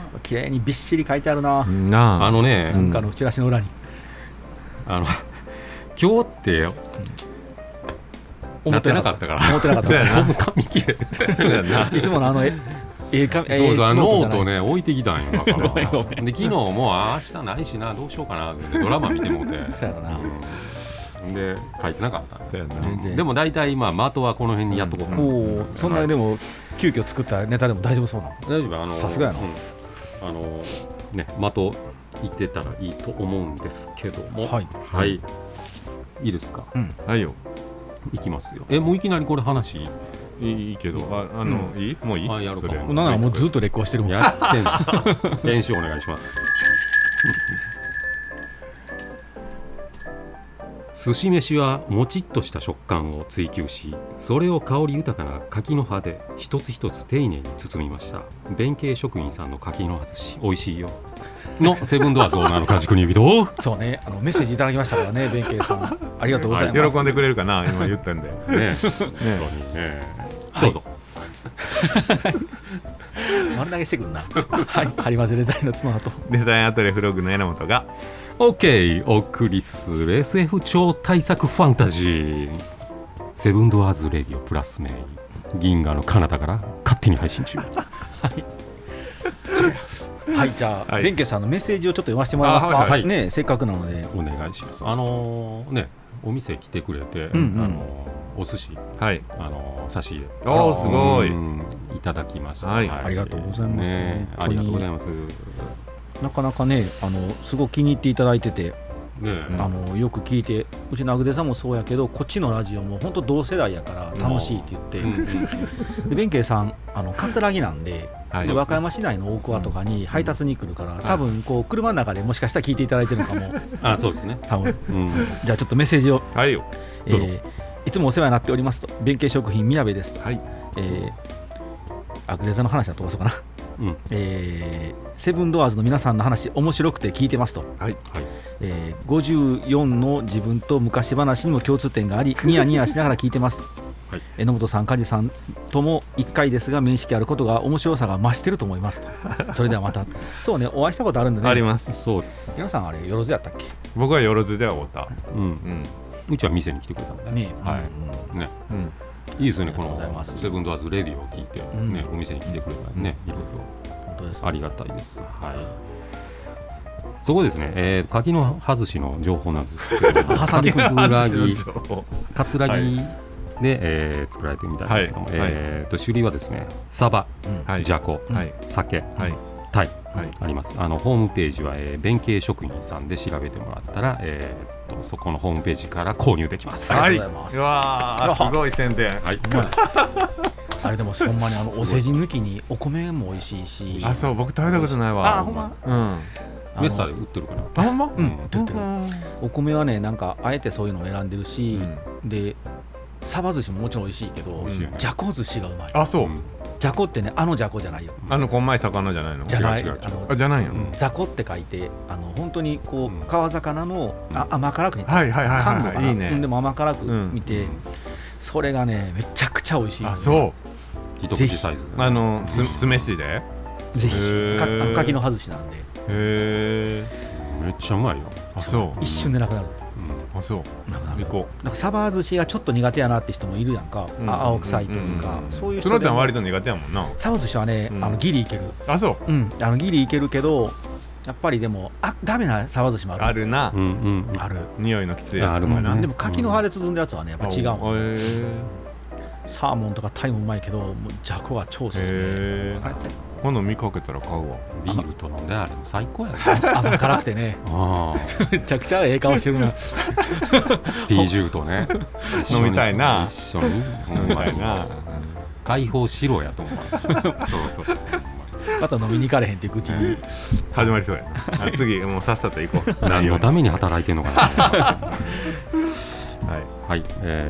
綺麗にびっしり書いてあるな。 なんかのチラシの裏に今日ってなってなかったから思ってなかったこの紙切れいつものそうそうノートね置いてきたんよだからで昨日もう明日ないしなどうしようかなってドラマ見てもうてそうやろな、 で書いてなかったでも大体今的はこの辺にやっとこうかな、 そんなでも急遽作ったネタでも大丈夫そうな大丈夫さすがやな、 ね的言ってたらいいと思うんですけどもはいいいですか、 はいよいきますよもういきなりこれ話いいけどいいもういいやるかなんならもうずっと劣行してるもんやってんの練習お願いします寿司飯はもちっとした食感を追求しそれを香り豊かな柿の葉で一つ一つ丁寧に包みました弁慶職員さんの柿の葉寿司美味しいよのセブンドアーズオーナーの家畜に指導そうねメッセージいただきましたからね弁慶さんありがとうございます、 喜んでくれるかな今言ったんでねどうぞ丸投げしてくるなはいハリマゼデザインの角葉とデザインアトリエフロッグの榎本が OK お送りする SF 超大作ファンタジーセブンドアーズレディオプラスメイ銀河の彼方から勝手に配信中はい、じゃあ弁慶さんのメッセージをちょっと読ませてもらえますか、ね、せっかくなのでお願いしますねお店来てくれて、お寿司、差し入れすごいいただきました、 ありがとうございます、 ありがとうございますなかなかねすごく気に入っていただいてて、よく聞いてうちのアグデさんもそうやけどこっちのラジオも本当同世代やから楽しいって言ってで弁慶さん葛城なんで、和歌山市内の大桑とかに配達に来るから、多分こう車の中でもしかしたら聞いていただいてるのかもそうですね多分、じゃあちょっとメッセージをいつもお世話になっておりますと弁慶食品みやべですと、アグデザの話は飛ばそうかなセブンドアーズの皆さんの話面白くて聞いてますと、54の自分と昔話にも共通点がありニヤニヤしながら聞いてますと、榎本さん梶さんとも1回ですが面識あることが面白さが増してると思いますとそれではまたそうねお会いしたことあるんでねありますそう皆さんあれよろずやったっけ僕はよろずではおったうちは店に来てくれたんでねいいですよねこのセブンドアーズレディオを聞いてお店に来てくれたねいろいろありがたいですそこですね柿の葉寿司の情報なんですけど葛城で作られてるみたいですけども種類はですねサバ、ジャコ、酒、タイあります。ホームページは弁慶職人さんで調べてもらったらそこのホームページから購入できます。 ありがとうございます。うわすごい宣伝。 あれでもほんまにお世辞抜きにお米も美味しいしそう僕食べたことないわ。 ほんまメッサで売ってるかな。 ほんま売ってるお米はねなんかあえてそういうのを選んでるしでサバ寿司ももちろん美味しいけどじゃこ寿司がうまい。 そうじゃこってねじゃこじゃないよこんまい魚じゃないのじゃないじゃないよざこって書いて本当にこう川魚の甘辛く煮て乾部がでも甘辛く見てそれがねめちゃくちゃ美味しい。 そう一口サイズ酢飯でぜひ柿の葉寿司なんでめっちゃうまいよ。 一瞬でなくなる。 そう行こう。なんかサバ寿司がちょっと苦手やなって人もいるやんか青臭いというかそういう人でも。 そのちゃん割と苦手やもんな。 サバ寿司はねギリいける。ギリいけるけどやっぱりでもダメなサバ寿司もある。 あるな。 ある。 匂いのきついやつもな。でも柿の葉で包んだやつはねやっぱ違うもん。サーモンとかタイもうまいけどじゃこは超おすすめ。 今度見かけたら買うわ。 ビールと飲んであれも最高やね。 甘辛くてねめちゃくちゃええ顔してるな。 ピージューとね飲みたいな。 一緒に飲みたいな。解放しろやと思う。そうまた飲みに行かれへんっていう口に始まりそうや。次もうさっさと行こう。 何のために働いてんのかな。はい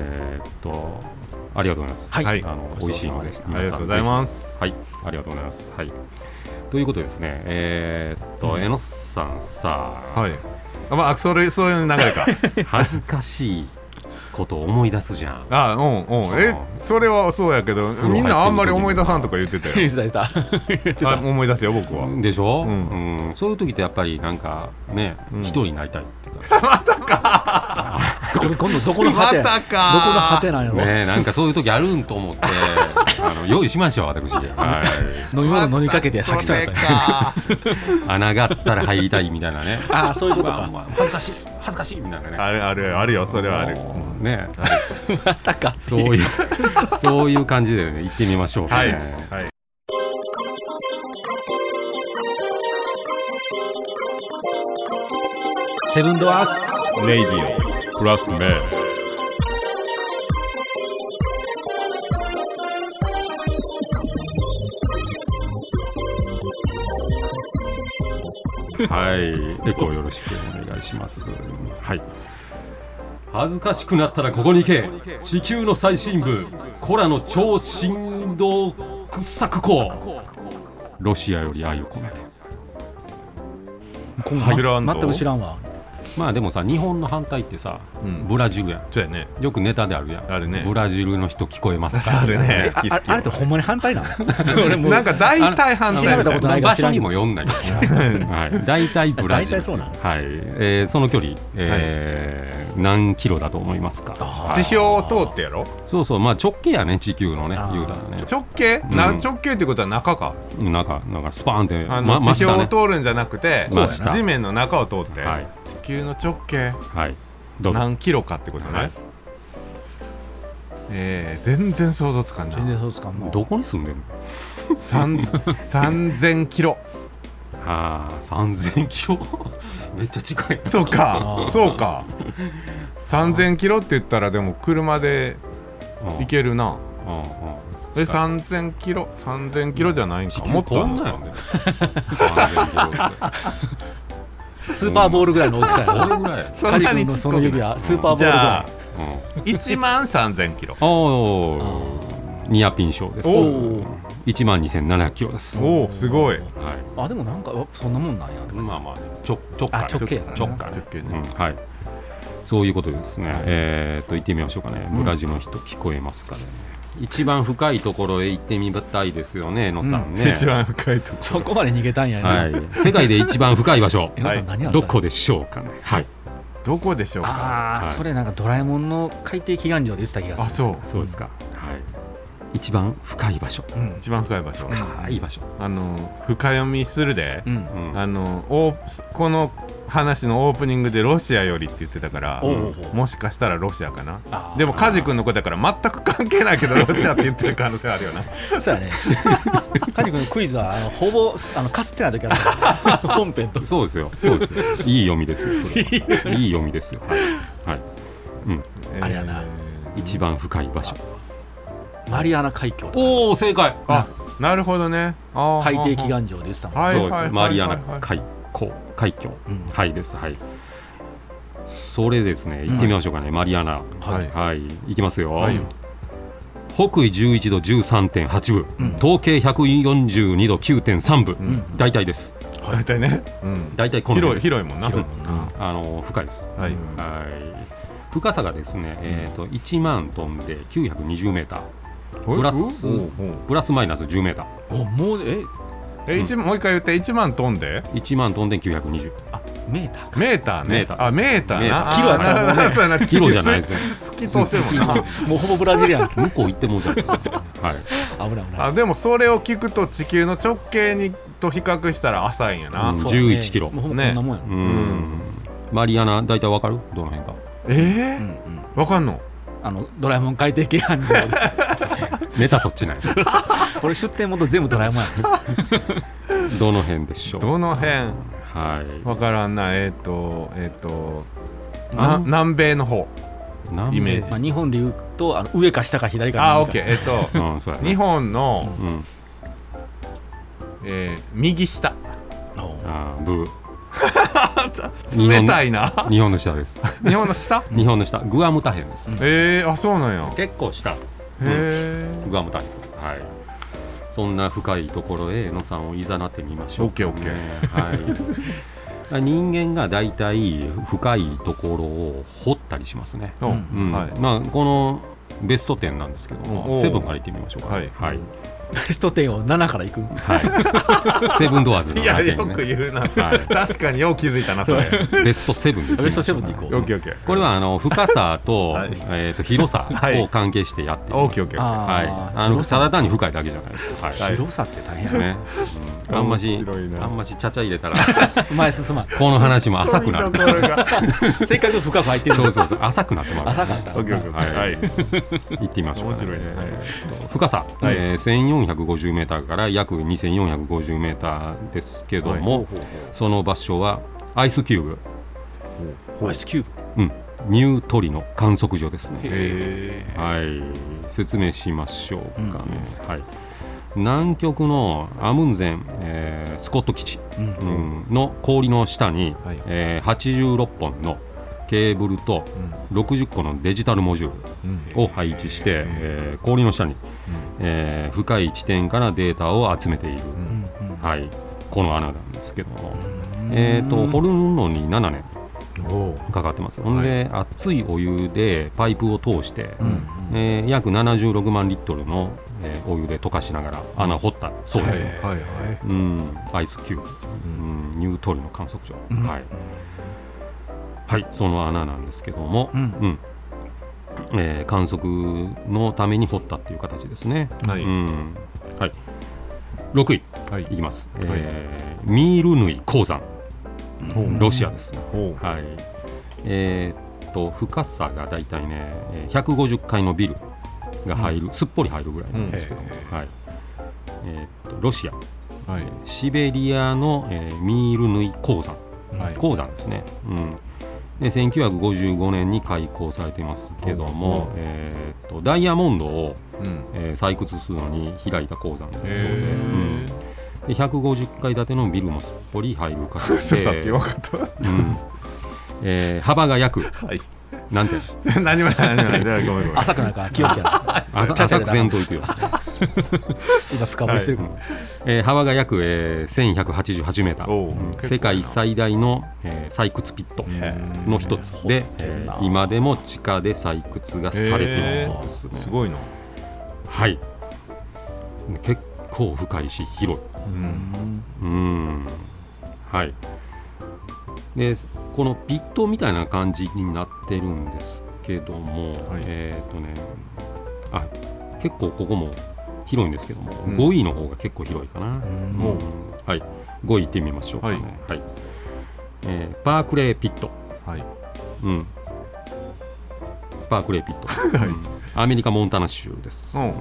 ありがとうございます。美味しいのでありがとうございます。 はい、ありがとうございます。はい。ということでですね、えのさんさ、 そういう流れか。 恥ずかしいことを思い出すじゃん。 それはそうやけどみんなあんまり思い出さんとか言ってたよ思い出すよ僕は。 でしょ、そういう時ってやっぱりなんかね一人になりたいってまたかこれ今度どこの果て、どこの果てなんやろね、なんかそういう時あるんと思って用意しましょう私。飲み物飲みかけて吐きそうやった穴があったら入りたいみたいなね。 そういうことか。 恥ずかしい恥ずかしいみたいなね。 あるよそれはあるね。 またか。 そういう感じでね行ってみましょう。 セブンドアースレイディオプラスメン。 はい、エコーよろしくお願いします。はい。恥ずかしくなったらここに行け。地球の最深部、コラの超振動掘削庫。ロシアより愛を込めて。 全く知らんわ。 まあでもさ、日本の反対ってさ、ブラジルやん。 そうやね。 よくネタであるやん。 あるね。 ブラジルの人聞こえますか。 あるね。 あれってほんまに反対なの？ なんか大体反対。 調べたことないから知らん。 場所にも読んだり。はい。大体ブラジル。 大体そうなの。 はい。その距離何キロだと思いますか。 地表を通ってやろ。 そうそう。まあ直径やね、地球のね、言うたらね。 直径？直径ってことは中か。 中スパーンって地表を通るんじゃなくて、地面の中を通って。地球の直径。はい。何キロかってことね。全然想像つかんな。 全然想像つかんな。 どこに住んでんの ？3000キロ。 3000キロめっちゃ近い。 そうか3000キロって言ったらでも車で行けるな。3000キロじゃないんか。もっとあんのよね。 スーパーボールぐらいの大きさやな。 そんなにのその指はスーパーボールぐらい。1万3000キロ。 ニアピン賞です。12700キロです。 おお、すごい。 でもなんかそんなもんなんや。 まあ直径ね。 はい。そういうことですね。行ってみましょうかね。ブラジルの人聞こえますかね。一番深いところへ行ってみたいですよね、のさんね。 一番深いところ。 そこまで逃げたんやね。 はい。世界で一番深い場所。どこでしょうかね。はい。 どこでしょうか。 それなんかドラえもんの海底祈願所で言ってた気がする。 そうですか。はい。一番深い場所。 一番深い場所。 深い場所。 深読みするで。この話のオープニングでロシアよりって言ってたから、もしかしたらロシアかな。でもカジ君のことだから全く関係ないけどロシアって言ってる可能性あるよな。 そうやね。カジ君のクイズはほぼかすってない時ある。本編と。 そうですよ。いい読みですよ。いい読みですよ。はい。 あれやな。 一番深い場所。 マリアナ海峡。 おお、正解。 なるほどね。 海底祈願所でしたもん。 そうです。マリアナ海峡。はいです。はい。それですね。行ってみましょうかね。マリアナ。はい。行きますよ。北緯11度 13.8 分、東経142度 9.3 分。大体です。 大体ね。 大体この広いもんな。 深いです。はい。深さがですね、1万トンで920メーター。プラスマイナス10メーター。 もうもう一回言って。1万トンで 1万トンで920。 メーターか。 メーターね。メーターな。 キロやったらもうね。 キロじゃないですよ。 突き通してるもんな。 もうほぼブラジリアン。 向こう行ってもうじゃん。はい。 危ない。 でもそれを聞くと地球の直径と比較したら浅いんやな。 11キロ。 もうこんなもんや。 マリアナ大体わかる？どの辺か。 わかんの？ ドラえもん海底祈願所。 ネタそっちない。 これ出店元全部ドラえもんや。 どの辺でしょう。 どの辺？はい。わからんな。南米の方。イメージ。 日本で言うと上か下か左か。 オッケー。日本の右下。 ブー。 冷たいな。 日本の下です。 日本の下？ 日本の下。グアムタヘンです。 そうなんや。 結構下。グアムタヘンです。はい。そんな深いところへのさんをいざなってみましょう。 オッケー。 はい。 人間がだいたい深いところを掘ったりしますね。まあこのベスト10なんですけども、セブンからいってみましょうか。 ベスト10を7からいく。 セブンドアーズの。 いやよく言うな。確かによう気づいたなそれ。 ベスト7で。 ベスト7でいこう。 これは深さと広さを関係してやっています。ただ単に深いだけじゃないです。 広さって大変ね。 あんましちゃちゃ入れたら前進まん。 この話も浅くなる。 せっかく深く入ってる。 そう浅くなってます。 浅かった。 行ってみましょう。面白いね。深さ1450メーターから約2450メーターですけども、その場所はアイスキューブ。 アイスキューブ。 ニュートリノ観測所ですね。説明しましょうかね。南極のアムンゼン、スコット基地、の氷の下に、86本のケーブルと60個のデジタルモジュールを配置して、氷の下に、深い地点からデータを集めている、この穴なんですけども、掘るのに7年かかってます。ほんで熱いお湯でパイプを通して、約76万リットルのお湯で溶かしながら穴を掘ったそうです。アイスキューブ、ニュートリノ観測所、その穴なんですけども、観測のために掘ったっていう形ですね。6位いきます。ミールヌイ鉱山、ロシアですね。深さがだいたいね150階のビルが入る、すっぽり入るぐらいなんですけど、ロシア、シベリアの、ミールヌイ鉱山ですね。で1955年に開鉱されていますけども、ダイヤモンドを、採掘するのに開いた鉱山だそうで、150階建てのビルもすっぽり入る形で、幅が約、なんて何もないごめん浅くないから気をつけな。 浅くせんといくよ。 今深掘りしてるから。 幅が約1188メーター、世界最大の採掘ピットの一つで、今でも地下で採掘がされているそうですね。 すごいな。 結構深いし広い。でこのピットみたいな感じになってるんですけども、結構ここも広いんですけども、5位の方が結構広いかな。5位行ってみましょうかね。パークレーピット、パークレーピット、アメリカモンタナ州です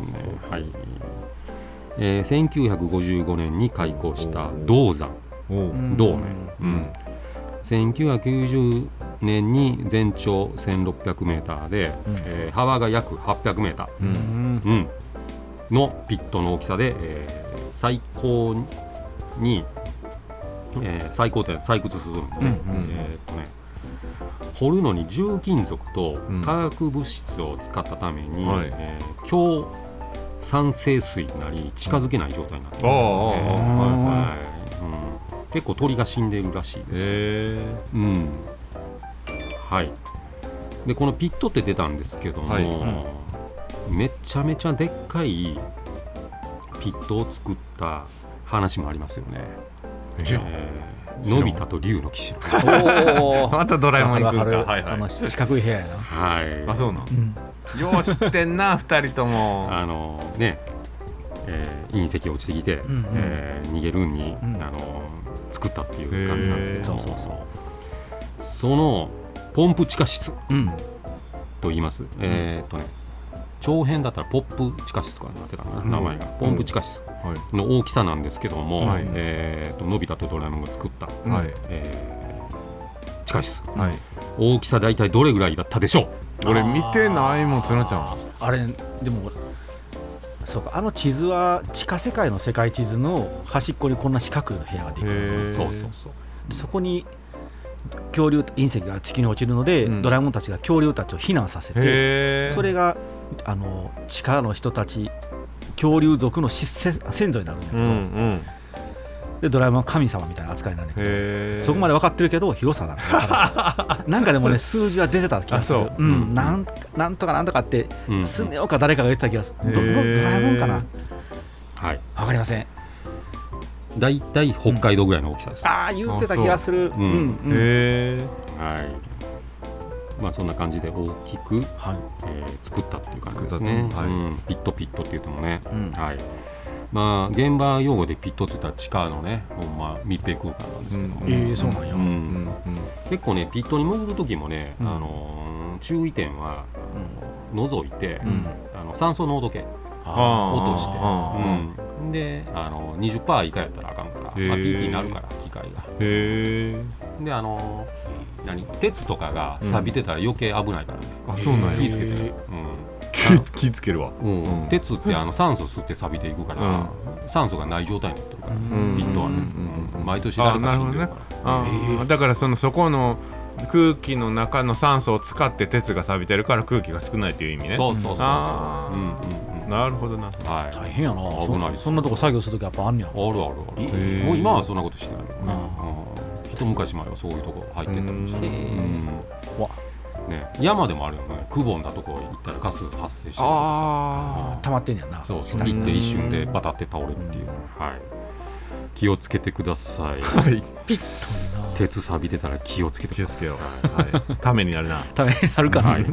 。1955年に開鉱した銅山、銅ね。1990年に全長1600メーターで、幅が約800メーター、のピットの大きさで、最高に、採掘するんで、掘るのに重金属と化学物質を使ったために、強酸性水になり近づけない状態になってます。結構鳥が死んでいるらしいです。でこのピットって出たんですけども、めちゃめちゃでっかいピットを作った話もありますよね。のび太と竜の騎士。 またドラえもん行くんか。 四角い部屋やな。そうな。よう知ってんな2人とも。 隕石落ちてきて逃げるんに作ったっていう感じなんですけど、そのポンプ地下室と言います。長編だったらポップ地下室とかになってたな、名前が。ポンプ地下室の大きさなんですけども、のび太とドラえもんが作った、地下室、大きさ大体どれぐらいだったでしょう？ 俺見てないもん、つなちゃん。 あれでもそうか、地図は地下世界の世界地図の端っこにこんな四角い部屋ができる。そこに恐竜隕石が地球に落ちるので、ドラえもんたちが恐竜たちを避難させて、それが地下の人たち恐竜族の先祖になるんだけど、 でドラえもんは神様みたいな扱いなんだけど、そこまで分かってるけど広さなんだなんかでもね数字は出てた気がする。なんとかなんとかってスネ夫か誰かが言ってた気がする。ドラえもんかな。はい、分かりません。 だいたい北海道ぐらいの大きさです。 ああ言ってた気がする。 はい。まあそんな感じで大きく作ったっていう感じですね。ピットって言ってもね。はい。まあ現場用語でピットって言ったら地下のね、ほんま密閉空間なんですけども、 そうなんや。 結構ねピットに潜る時もね、注意点は覗いて酸素濃度計落として、で20% 以下やったらあかんから、PP になるから機械が。で鉄とかが錆びてたら余計危ないからね。 そうなんや。 気ぃつけて。 気ぃつけるわ。 鉄って酸素吸って錆びていくから、酸素がない状態になってるから、ピットはね、毎年誰か死んでるから。 だからそこの空気の中の酸素を使って鉄が錆びてるから空気が少ないという意味ね。 そう。 なるほどな。 大変やな。 危ない。 そんなとこ作業するときやっぱあんねや。 ある。もう今はそんなことしてないけどね。一昔前はそういうとこ入ってたりして。ね、山でもあるよね。くぼんだとこ行ったらガス発生してる。 溜まってんやな。 そう行って一瞬でバタって倒れるっていう。はい。気をつけてください。 ピットにな。 鉄錆びてたら気をつけてください。 気をつけよう。ためになるな。 ためになるかな。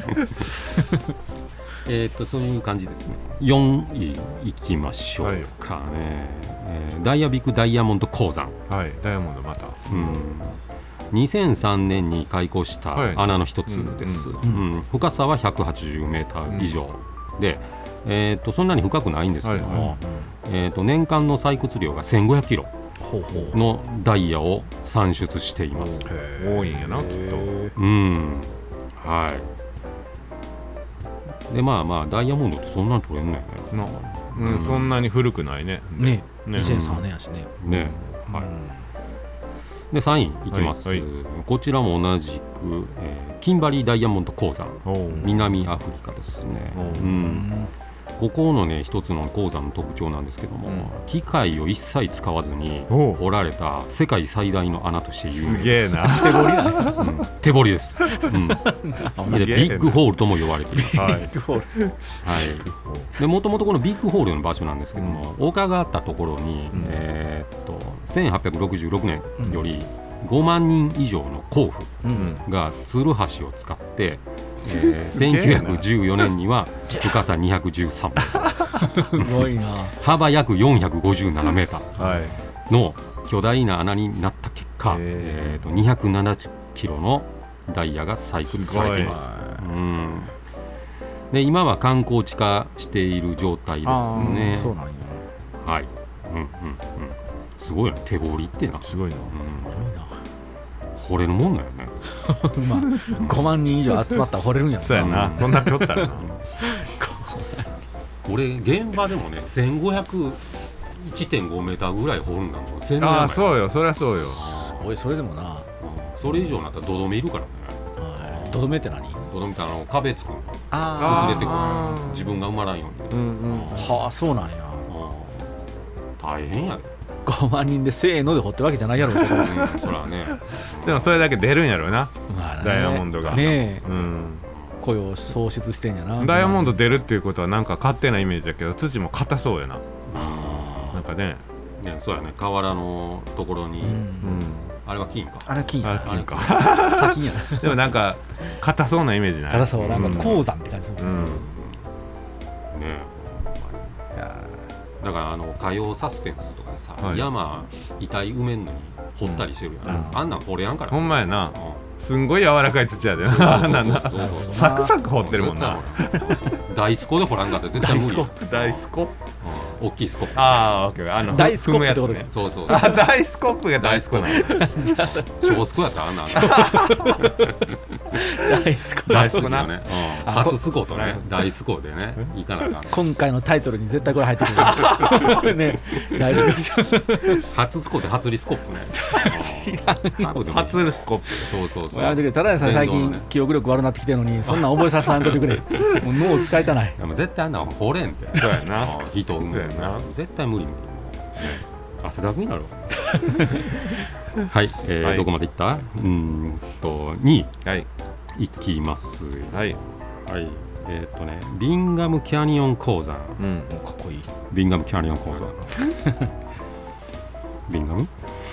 そういう感じですね。4位いきましょうかね。ダイヤビッグダイヤモンド鉱山。 はい、ダイヤモンドまた。 2003年に開溝した穴の一つです。深さは180メーター以上で、そんなに深くないんですけども、年間の採掘量が1500キロのダイヤを産出しています。 多いんやなきっと。 はい。でまあダイヤモンドってそんなに取れんねんね。 そんなに古くないね。 ね、2003年やしね。 ね、はい。で3位いきます。こちらも同じくキンバリーダイヤモンド鉱山、南アフリカですね。ここのね一つの鉱山の特徴なんですけども、機械を一切使わずに掘られた世界最大の穴として有名です。 すげえな。 手掘りだね。 手掘りです。でビッグホールとも呼ばれています。でもともとこのビッグホールの場所なんですけども、丘があったところに1866年より5万人以上の鉱夫がツルハシを使って1914年には深さ213メーター幅約457メーターの巨大な穴になった結果、270キロのダイヤが採掘されています。で今は観光地化している状態ですね。 そうなんや。 はい。すごいな。手掘りってな。 すごいな。 掘れるもんだよね。 まあ5万人以上集まったら掘れるんやろな。 そうやな。そんなぴょったらな。 俺現場でもね1501.5 メーターぐらい掘るんだもん。 ああそうよ。そりゃそうよ。 おいそれでもな。 それ以上になったらドドメいるからね。 ドドメって何？ ドドメって壁作るの。崩れてくる。自分が埋まらんように。 はあそうなんや。 大変やで。 5万人でせーので掘ってるわけじゃないやろうけど。 そらね。 でもそれだけ出るんやろうな。ダイヤモンドが。 ねえ。雇用創出してんやな。 ダイヤモンド出るっていうことはなんか勝手なイメージだけど土も硬そうやな。なんかね。 そうやね。河原のところに。あれは金か。 あれは金か。 先や。でもなんか硬そうなイメージない。 硬そう。なんか鉱山って感じする。 ね。だから火曜サスペンスとかでさ、山遺体埋めんのに掘ったりしてるやん。あんなん掘れやんから。 ほんまやな。すんごい柔らかい土やでな。サクサク掘ってるもんな。 大スコで掘らんかったら絶対無理。 大スコ。 大きいスコップ。 ああ、オッケー。 大スコップってことね。 そうそう。 大スコップが大スコなんや。 小スコやったらあんなん。大スコ。 大スコな。初スコとね、大スコでね、いかなか。 今回のタイトルに絶対これ入ってくる。ね、大スコ。 初スコで初リスコップね。 初リスコップ。 そう。 ただでさえ最近記憶力悪くなってきてるのに、そんな覚えさせんといてくれ。もう脳を使いたない。 でも絶対あんな掘れんって。 そうやな。 人産む。絶対無理。 汗だくになるはい、はい、どこまでいった2位、はい、いきますはい、はい、ビンガムキャニオン鉱山、 うん、かっこいいビンガムキャニオン鉱山ビンガム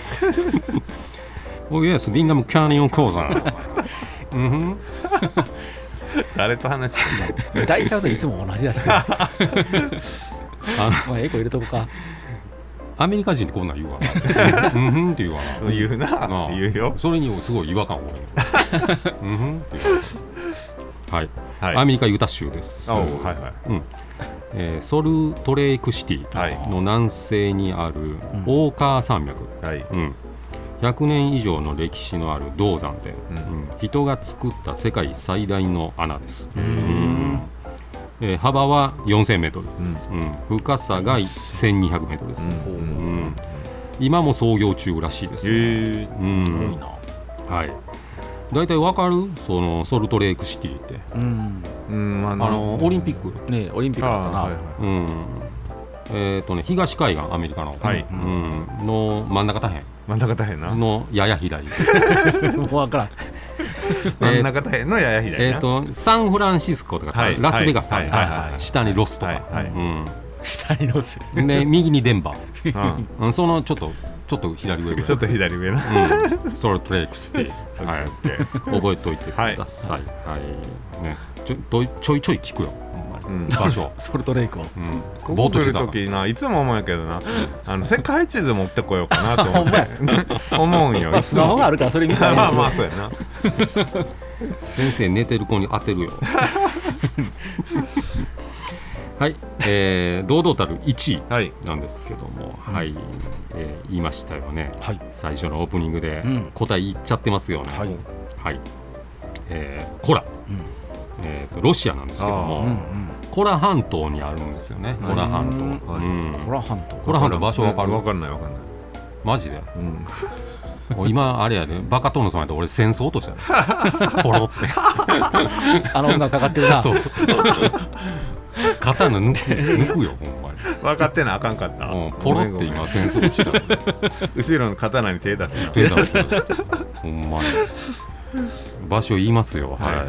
おイエスビンガムキャニオン鉱山うん誰と話してるの大体いつも同じだしまあエコ入れとこうかアメリカ人ってこんなん言うわなうんって言うわな言うな言うよそれにすごい違和感を覚えるうんって言うはい、はい、アメリカユタ州です。はいはいソルトレイクシティの南西にあるオーカー山脈、はい100年以上の歴史のある銅山で、人が作った世界最大の穴です。幅は4000メートル、深さが1200メートルです。今も操業中らしいです。すごいな。はい。大体わかるそのソルトレイクシティって、オリンピックねオリンピックだったな、 東海岸アメリカの、の真ん中大変なのやや左もう分からん真ん中大変のやや左なサンフランシスコとかさ、ラスベガスさん、下にロスとか、 下にロスで右にデンバー、そのちょっと左上ぐらいちょっと左上な、 ソルトレイクシティ、覚えておいてください。はいね、ちょい聞くよ、場所ソルトレイクをここ来るときないつも思うんやけどな世界地図持ってこようかなと思うんよ。 スマホがあるからそれ見たらまあそうやな先生寝てる子に当てるよはい、堂々たる1位なんですけども、はい言いましたよね、最初のオープニングで答え言っちゃってますよね。はいコラ、ロシアなんですけども、コラ半島にあるんですよね。コラ半島、 コラ半島場所わかる？ わかんないマジで、今あれやでバカ殿様やと俺戦争としたポロって音楽かかってるな。 そう刀抜くよほんまに。 分かってなあかんかった。 ポロって今戦争した後ろの刀に手出すな。 手出すほんまに。場所言いますよ。はい。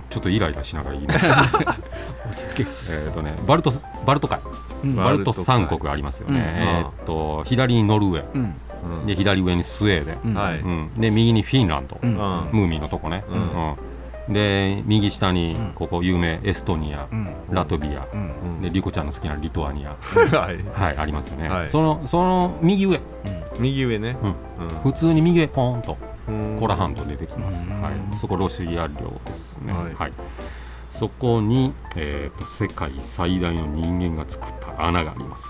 ちょっとイライラしながら言います。 落ち着け。 バルト海、バルト三国ありますよね。左にノルウェー、で左上にスウェーデン、で右にフィンランド、ムーミンのとこね。で右下にここ有名エストニア、ラトビア、でリコちゃんの好きなリトアニア、はいありますよね。その右上ね、 普通に右上ポーンとコラ半島出てきます。そこロシア領ですね。そこに世界最大の人間が作った穴があります。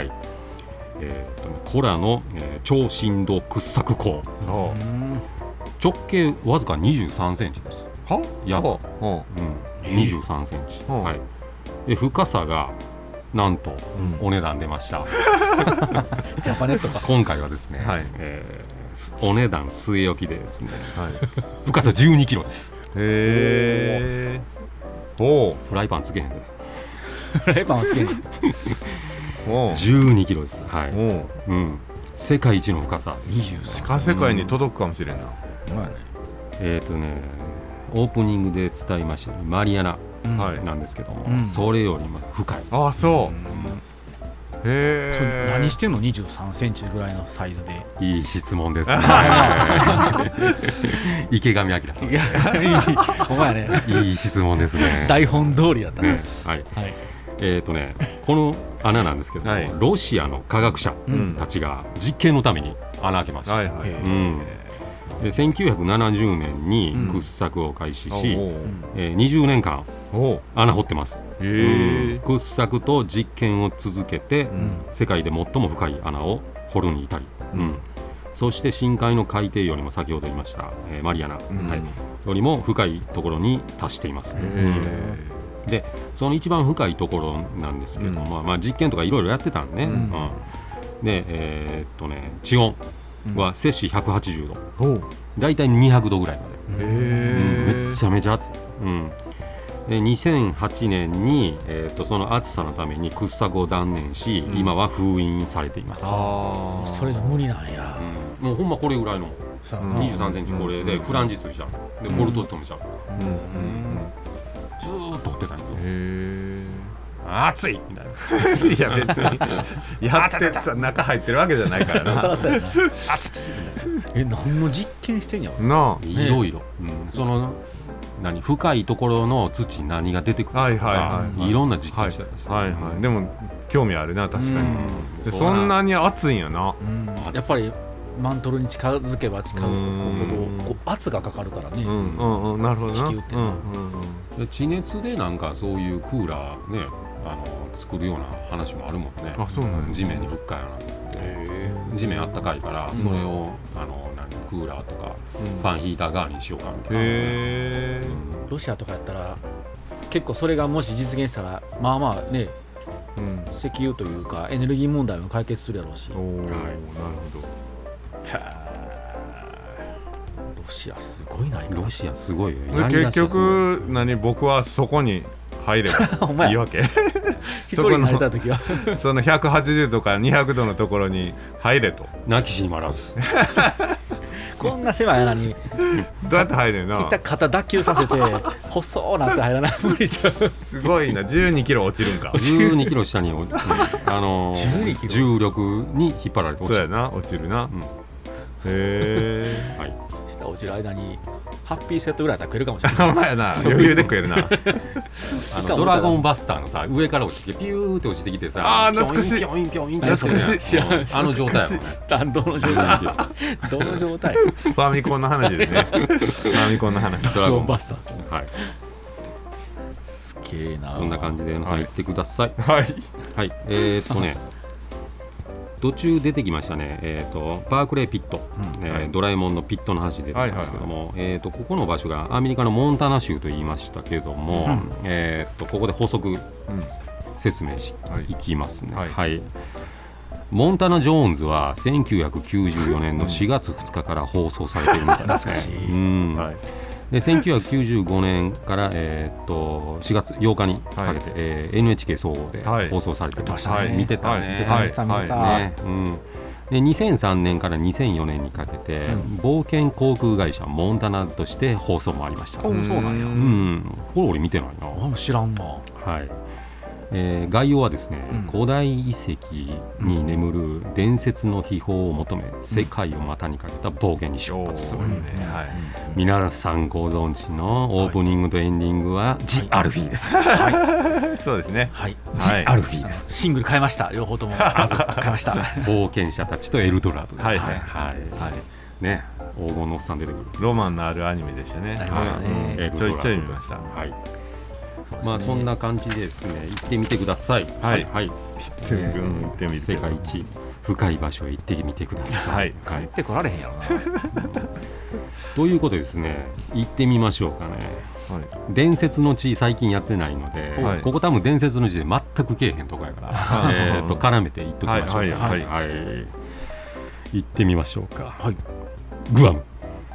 コラの超深度掘削坑、直径わずか23センチです。やば、23センチ、で深さがなんとお値段出ました。 ジャパネットか。 今回はですね、お値段据え置きでですね、深さ12キロです。 へフライパンつけへんで。 フライパンはつけへん。 12キロです。世界一の深さ。 地下世界に届くかもしれんな。 オープニングで伝えましたマリアナなんですけども、それよりも深い。 ああそう。 何してんの23センチぐらいのサイズで。 いい質問ですね。池上彰さん。 お前ね。 いい質問ですね。 台本通りだったね。 この穴なんですけども、ロシアの科学者たちが実験のために穴開けました。で1970年に掘削を開始し、20年間穴掘ってます。掘削と実験を続けて、世界で最も深い穴を掘るに至り、そして深海の海底よりも先ほど言いました、マリアナ、よりも深いところに達しています。でその一番深いところなんですけども、実験とかいろいろやってたんね。で地温は摂氏180度、だいたい200度ぐらいまで、めちゃめちゃ熱い。 2008年に、その暑さのために掘削を断念し、今は封印されています。 それで無理なんや、 もうほんまこれぐらいの23センチこれでフランジついちゃうでボルトで止めちゃうずーっと掘ってたんですよ。暑いみたいな。 いや別にやってさ中入ってるわけじゃないからな。 そらそうやな。何の実験してんやな。 いろいろその深いところの土何が出てくるとかいろんな実験したりして、 でも興味あるな確かに。そんなに暑いんやな。 やっぱりマントルに近づけば近づくほど圧がかかるからね。 なるほどな。 地球ってで地熱でなんかそういうクーラーね作るような話もあるもんね。 あ、そうなんや。 地面にふっかやなって地面あったかいからそれをクーラーとかファンヒーター代わりにしようかみたいな。 ロシアとかやったら結構それがもし実現したらまあまあね、石油というかエネルギー問題も解決するやろうし。 なるほど。 ロシアすごいな。 ロシアすごいよ。 結局僕はそこに入ればいいわけ。 一人になれた時はその180とか200度のところに入れと。 泣きしにまらず。 こんな狭い穴にどうやって入れるの。 一旦肩脱臼させて細なって入らない。無理ちゃう。 すごいな。12キロ落ちるんか。 12キロ下に重力に引っ張られて落ちる。そうやな。落ちるな。へえ。 はい。下落ちる間にハッピーセットぐらいだったら食えるかもしれない。 お前やな。余裕で食えるな。 ドラゴンバスターのさ上から落ちてピューって落ちてきてさ。 懐かしい。 ピョインピョインって懐かしい。 あの状態やもんね。 どの状態。どの状態。 ファミコンの話ですね。ファミコンの話。 ドラゴンバスターですね。 はい。 すげえな。 そんな感じで矢野さん行ってください。 はい。 はい。途中出てきましたね、パークレーピット、ドラえもんのピットの話出てきたんですけども、ここの場所がアメリカのモンタナ州と言いましたけども、ここで補足説明し、いきますね。はい。モンタナ・ジョーンズは1994年の4月2日から放送されているみたいですね。で1995年から、4月8日にかけて、NHK 総合で放送されてました、見てたね。で2003年から2004年にかけて、冒険航空会社モンタナとして放送もありました。 そうなんや。 これ俺見てないな。 知らんな。 はい。概要はですね、古代遺跡に眠る伝説の秘宝を求め、世界を股にかけた冒険に出発する。皆さんご存知のオープニングとエンディングはジ・アルフィーです。 そうですね。 ジ・アルフィーです。 シングル買いました。両方とも買いました。 冒険者たちとエルドラドです。ね、黄金のおっさん出てくる。 ロマンのあるアニメでしたね。ちょいちょい見ました。 まあそんな感じでですね、行ってみてください。 はい。行ってみて。 世界一深い場所へ行ってみてください。 帰ってこられへんやろな。 ということでですね、行ってみましょうかね。伝説の地最近やってないので、ここ多分伝説の地で全くけえへんとこやから絡めて行っときましょう。行ってみましょうか。グアム。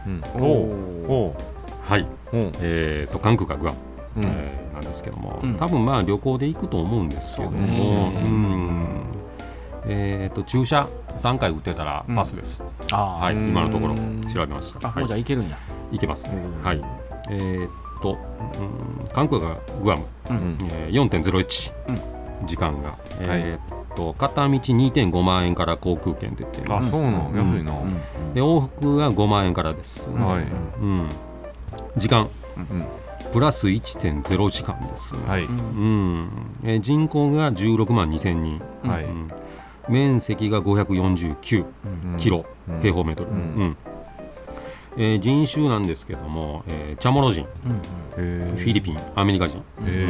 はい。韓国がグアム。なんですけども、多分まあ旅行で行くと思うんですけども、注射3回打ってたらパスです。はい、今のところ調べました。 もうじゃあ行けるんや。 行けますね。はい。韓国がグアム 4.01 時間が片道 2.5 万円から航空券出てます。 あ、そうなの、安いな。 で往復が5万円からです。時間プラス 1.0 時間ですね。人口が16万2000人、面積が549キロ平方メートル、人種なんですけども、チャモロ人、フィリピン、アメリカ人。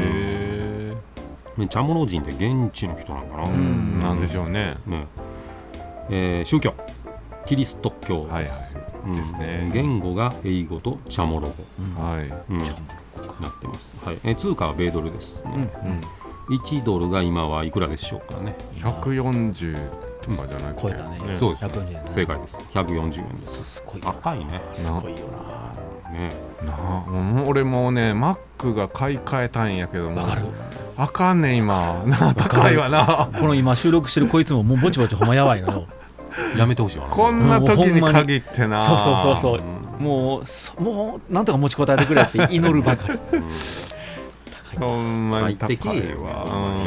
チャモロ人って現地の人なのかな。 なんでしょうね。 宗教キリスト教です。言語が英語とチャモロ語なってます。通貨は米ドルですね。1ドルが今はいくらでしょうかね。 140とかじゃないか。 超えたね。 そうです。正解です。140円です。 すごい。 高いね。 すごいよね。 俺もねマックが買い替えたんやけどもあかんねん今高いわな。 この今収録してるこいつももうぼちぼちほんまやばいのよ。 やめてほしいわな。 こんな時に限ってな。 そう、もうなんとか持ちこたえてくれって祈るばかり。 ほんまに高いわ。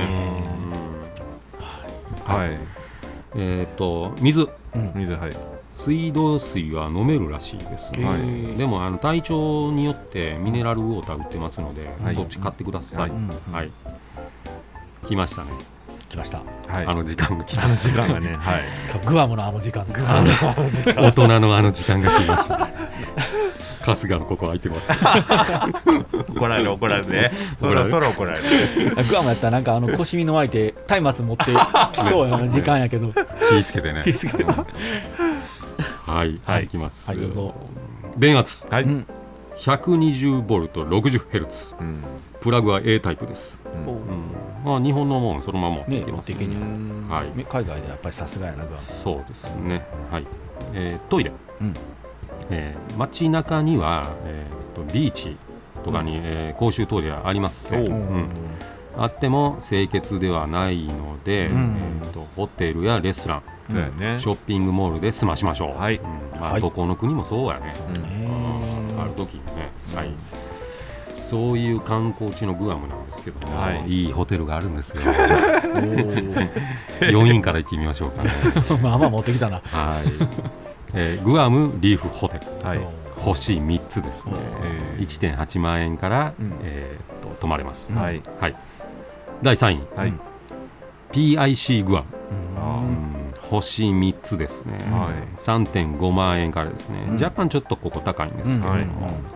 はい。 水、 はい。 水道水は飲めるらしいですね。でも体調によってミネラルウォーター売ってますので、そっち買ってください。はい。来ましたね。 来ました。 あの時間が来ました。 時間がね。はい。 グアムのあの時間です。 大人のあの時間が来ました。春日のここ空いてます。 怒られるね。そろそろ怒られる。 グアムやったらなんか腰身の相手松明持ってきそうな時間やけど。 気ぃつけてね。はい、いきます。 はい、どうぞ。 電圧。はい。120ボルト60ヘルツ。プラグは A タイプです。まあ日本のもんそのまま持っていきます。 はい。海外でやっぱりさすがやなグアム。 そうですね。はい。トイレ。街中にはビーチとかに公衆トイレはあります。あっても清潔ではないので、ホテルやレストラン、ショッピングモールで済ましましょう。まあどこの国もそうやね。ある時にね。はい。そういう観光地のグアムなんですけども、いいホテルがあるんですよ。4人から行ってみましょうかね。 まあまあ持ってきたな。 はい。グアムリーフホテル、星3つですね。1.8 万円から泊まれます。第3位、PIC グアム、星3つですね。3.5 万円からですね。若干ちょっとここ高いんですけども、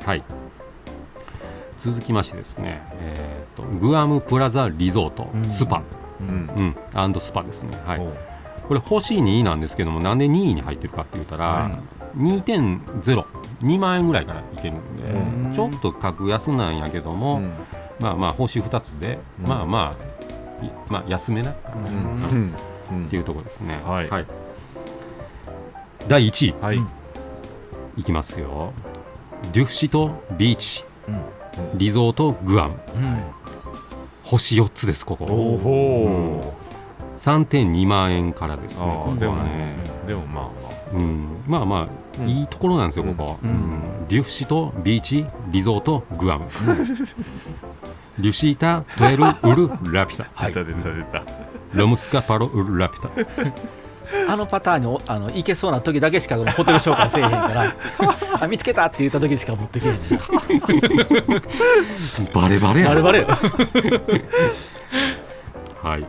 続きましてですね、グアムプラザリゾートスパ、アンドスパですね。これ星2なんですけども、なんで2位に入ってるかって言ったら、2.0、2万円ぐらいからいけるんで、ちょっと格安なんやけども、まあまあ星2つで、まあ安めなっていうところですね。第1位、いきますよ。デュフシトビーチリゾートグアム、星4つです。ここ3.2 万円からですね。 でもまあいいところなんですよ、ここ。デュフシトビーチリゾートグアム、リュシータトゥエルウルラピュタ、ロムスカパロウルラピュタ。 あのパターンに行けそうな時だけしかホテル紹介せえへんから見つけたって言った時しか持ってけへん。 バレバレや。はい。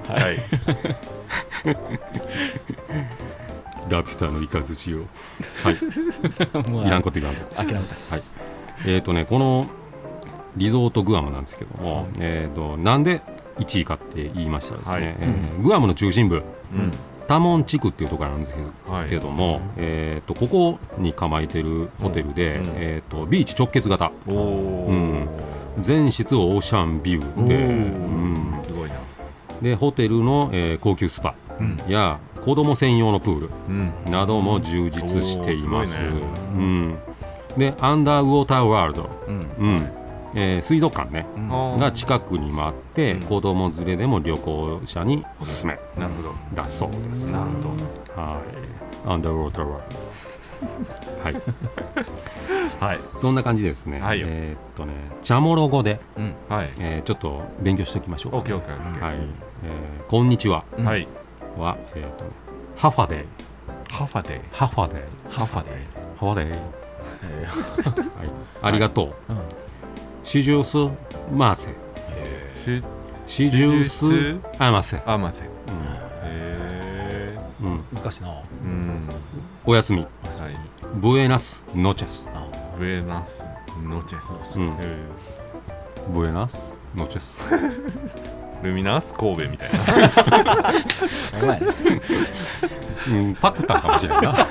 ラピュタのイカズチを。いらんこと言わんと。 諦めた。 このリゾートグアムなんですけども、なんで1位かって言いましたらですね、グアムの中心部、タモン地区っていうところなんですけども、ここに構えてるホテルで、ビーチ直結型、全室オーシャンビューで、 すごいな。 でホテルの、高級スパや子供専用のプールなども充実しています。でアンダーウォーターワールド、水族館ね、が近くにもあって、子供連れでも旅行者におすすめだそうです。アンダーウォーターワールド。はい。そんな感じですね。チャモロ語でちょっと勉強しておきましょう。こんにちははハファデイ、ありがとう。シジュースマーセ、シジュースアマセ、 昔な。 おやすみ、ブエナスノチェス、 ブエナスノチェスルミナス神戸みたいな。 パクったかもしれないな。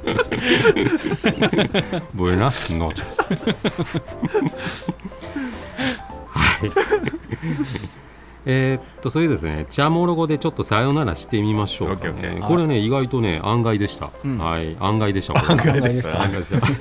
ブエナスノチェス。はい。 それですね、チャモロ語でちょっさよならしてみましょうかね。これね、意外とね、案外でした。はい、案外でした。 案外でした。 アデ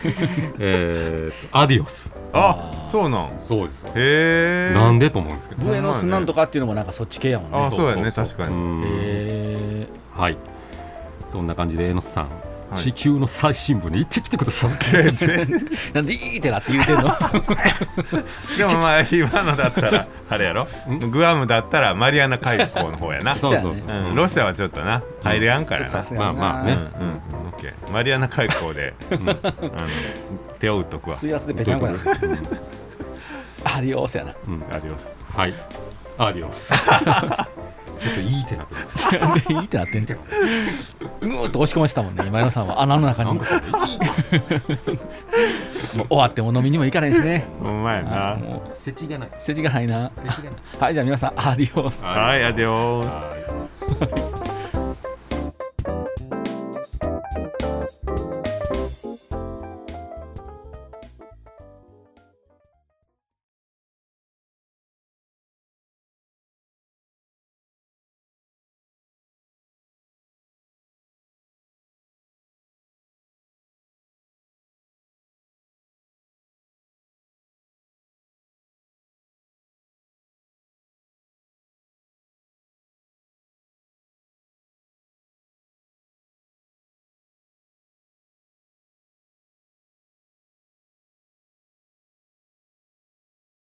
ィオス。 あ、そうなん。 そうです。 へえ。 なんでと思うんですけど。 ブエノスなんとかっていうのもなんかそっち系やもんね。 あ、そうやね、確かに。 はい。そんな感じで、えのすさん。地球の最深部に行ってきてください。 なんでいいってなって言うてんの。 でもまあ今のだったらあれやろ、グアムだったらマリアナ海溝の方やな。 そうそう、 ロシアはちょっとな入れやんからな。 まあまあね、 オッケー。マリアナ海溝で手を打っとくわ。 水圧でペチャンコやな。アディオスやな。 アディオス。 はい、アディオス。ちょっといいってなってる。いいってなってんて。うーっと押し込ましたもんね、今野さんは穴の中に。もう終わっても飲みにも行かないしね。 お前な。 世知がない。 世知がないな。はい、じゃあ皆さんアディオス。 はい、アディオス。